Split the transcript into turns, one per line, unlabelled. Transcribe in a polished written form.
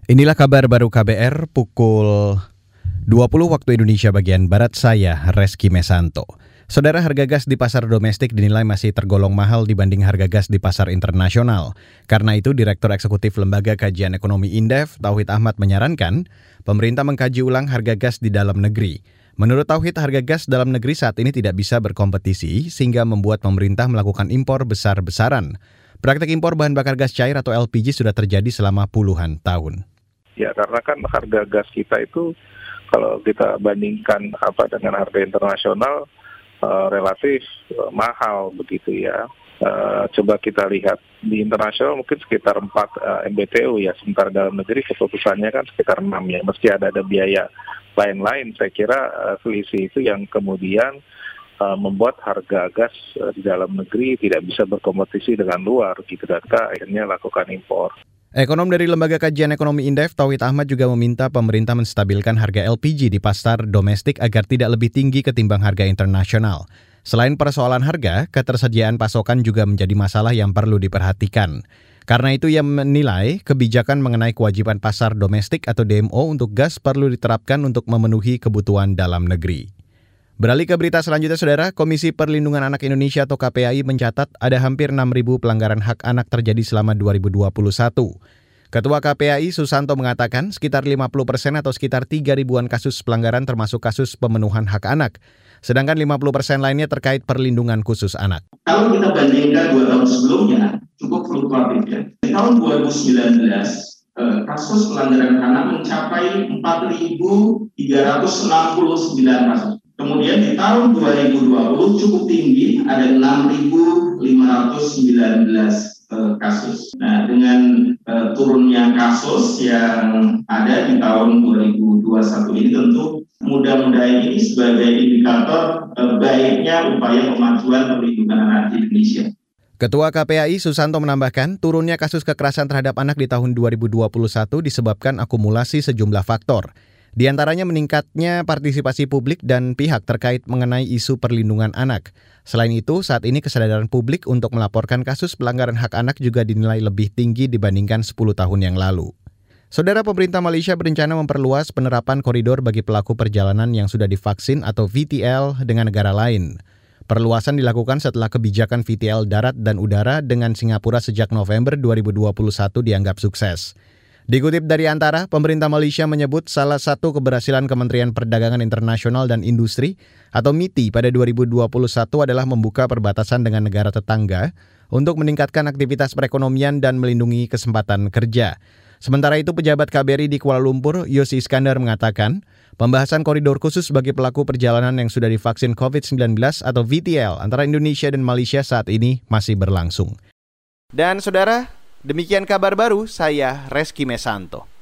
Inilah kabar baru KBR pukul 20 waktu Indonesia bagian Barat, saya Reski Mesanto. Saudara, harga gas di pasar domestik dinilai masih tergolong mahal dibanding harga gas di pasar internasional. Karena itu, Direktur Eksekutif Lembaga Kajian Ekonomi Indef, Tauhid Ahmad menyarankan pemerintah mengkaji ulang harga gas di dalam negeri. Menurut Tauhid, harga gas dalam negeri saat ini tidak bisa berkompetisi sehingga membuat pemerintah melakukan impor besar-besaran. Praktik impor bahan bakar gas cair atau LPG sudah terjadi selama puluhan tahun.
Ya, karena kan harga gas kita itu kalau kita bandingkan dengan harga internasional relatif mahal begitu ya. Coba kita lihat di internasional mungkin sekitar 4 MBTU ya, sementara dalam negeri keputusannya kan sekitar 6 ya. Meski ada biaya lain-lain, saya kira selisih itu yang kemudian membuat harga gas di dalam negeri tidak bisa berkompetisi dengan luar gitu, dan akhirnya lakukan impor.
Ekonom dari Lembaga Kajian Ekonomi Indef, Tauhid Ahmad juga meminta pemerintah menstabilkan harga LPG di pasar domestik agar tidak lebih tinggi ketimbang harga internasional. Selain persoalan harga, ketersediaan pasokan juga menjadi masalah yang perlu diperhatikan. Karena itu ia menilai kebijakan mengenai kewajiban pasar domestik atau DMO untuk gas perlu diterapkan untuk memenuhi kebutuhan dalam negeri. Beralih ke berita selanjutnya, Saudara, Komisi Perlindungan Anak Indonesia atau KPAI mencatat ada hampir 6.000 pelanggaran hak anak terjadi selama 2021. Ketua KPAI Susanto mengatakan sekitar 50% atau sekitar 3.000-an kasus pelanggaran termasuk kasus pemenuhan hak anak. Sedangkan 50% lainnya terkait perlindungan khusus anak.
Kalau kita bandingkan 2 tahun sebelumnya, cukup fluktuatif ya. Di tahun 2019, kasus pelanggaran anak mencapai 4.369 kasus. Kemudian di tahun 2020 cukup tinggi, ada 6.519 kasus. Nah, dengan turunnya kasus yang ada di tahun 2021 ini tentu mudah-mudahan ini sebagai indikator baiknya upaya pemajuan perlindungan anak di Indonesia.
Ketua KPAI Susanto menambahkan, turunnya kasus kekerasan terhadap anak di tahun 2021 disebabkan akumulasi sejumlah faktor. Di antaranya meningkatnya partisipasi publik dan pihak terkait mengenai isu perlindungan anak. Selain itu, saat ini kesadaran publik untuk melaporkan kasus pelanggaran hak anak juga dinilai lebih tinggi dibandingkan 10 tahun yang lalu. Saudara, pemerintah Malaysia berencana memperluas penerapan koridor bagi pelaku perjalanan yang sudah divaksin atau VTL dengan negara lain. Perluasan dilakukan setelah kebijakan VTL darat dan udara dengan Singapura sejak November 2021 dianggap sukses. Dikutip dari Antara, pemerintah Malaysia menyebut salah satu keberhasilan Kementerian Perdagangan Internasional dan Industri atau MITI pada 2021 adalah membuka perbatasan dengan negara tetangga untuk meningkatkan aktivitas perekonomian dan melindungi kesempatan kerja. Sementara itu, pejabat KBRI di Kuala Lumpur, Yosi Iskandar mengatakan, pembahasan koridor khusus bagi pelaku perjalanan yang sudah divaksin COVID-19 atau VTL antara Indonesia dan Malaysia saat ini masih berlangsung. Dan saudara, demikian kabar baru, saya Reski Mesanto.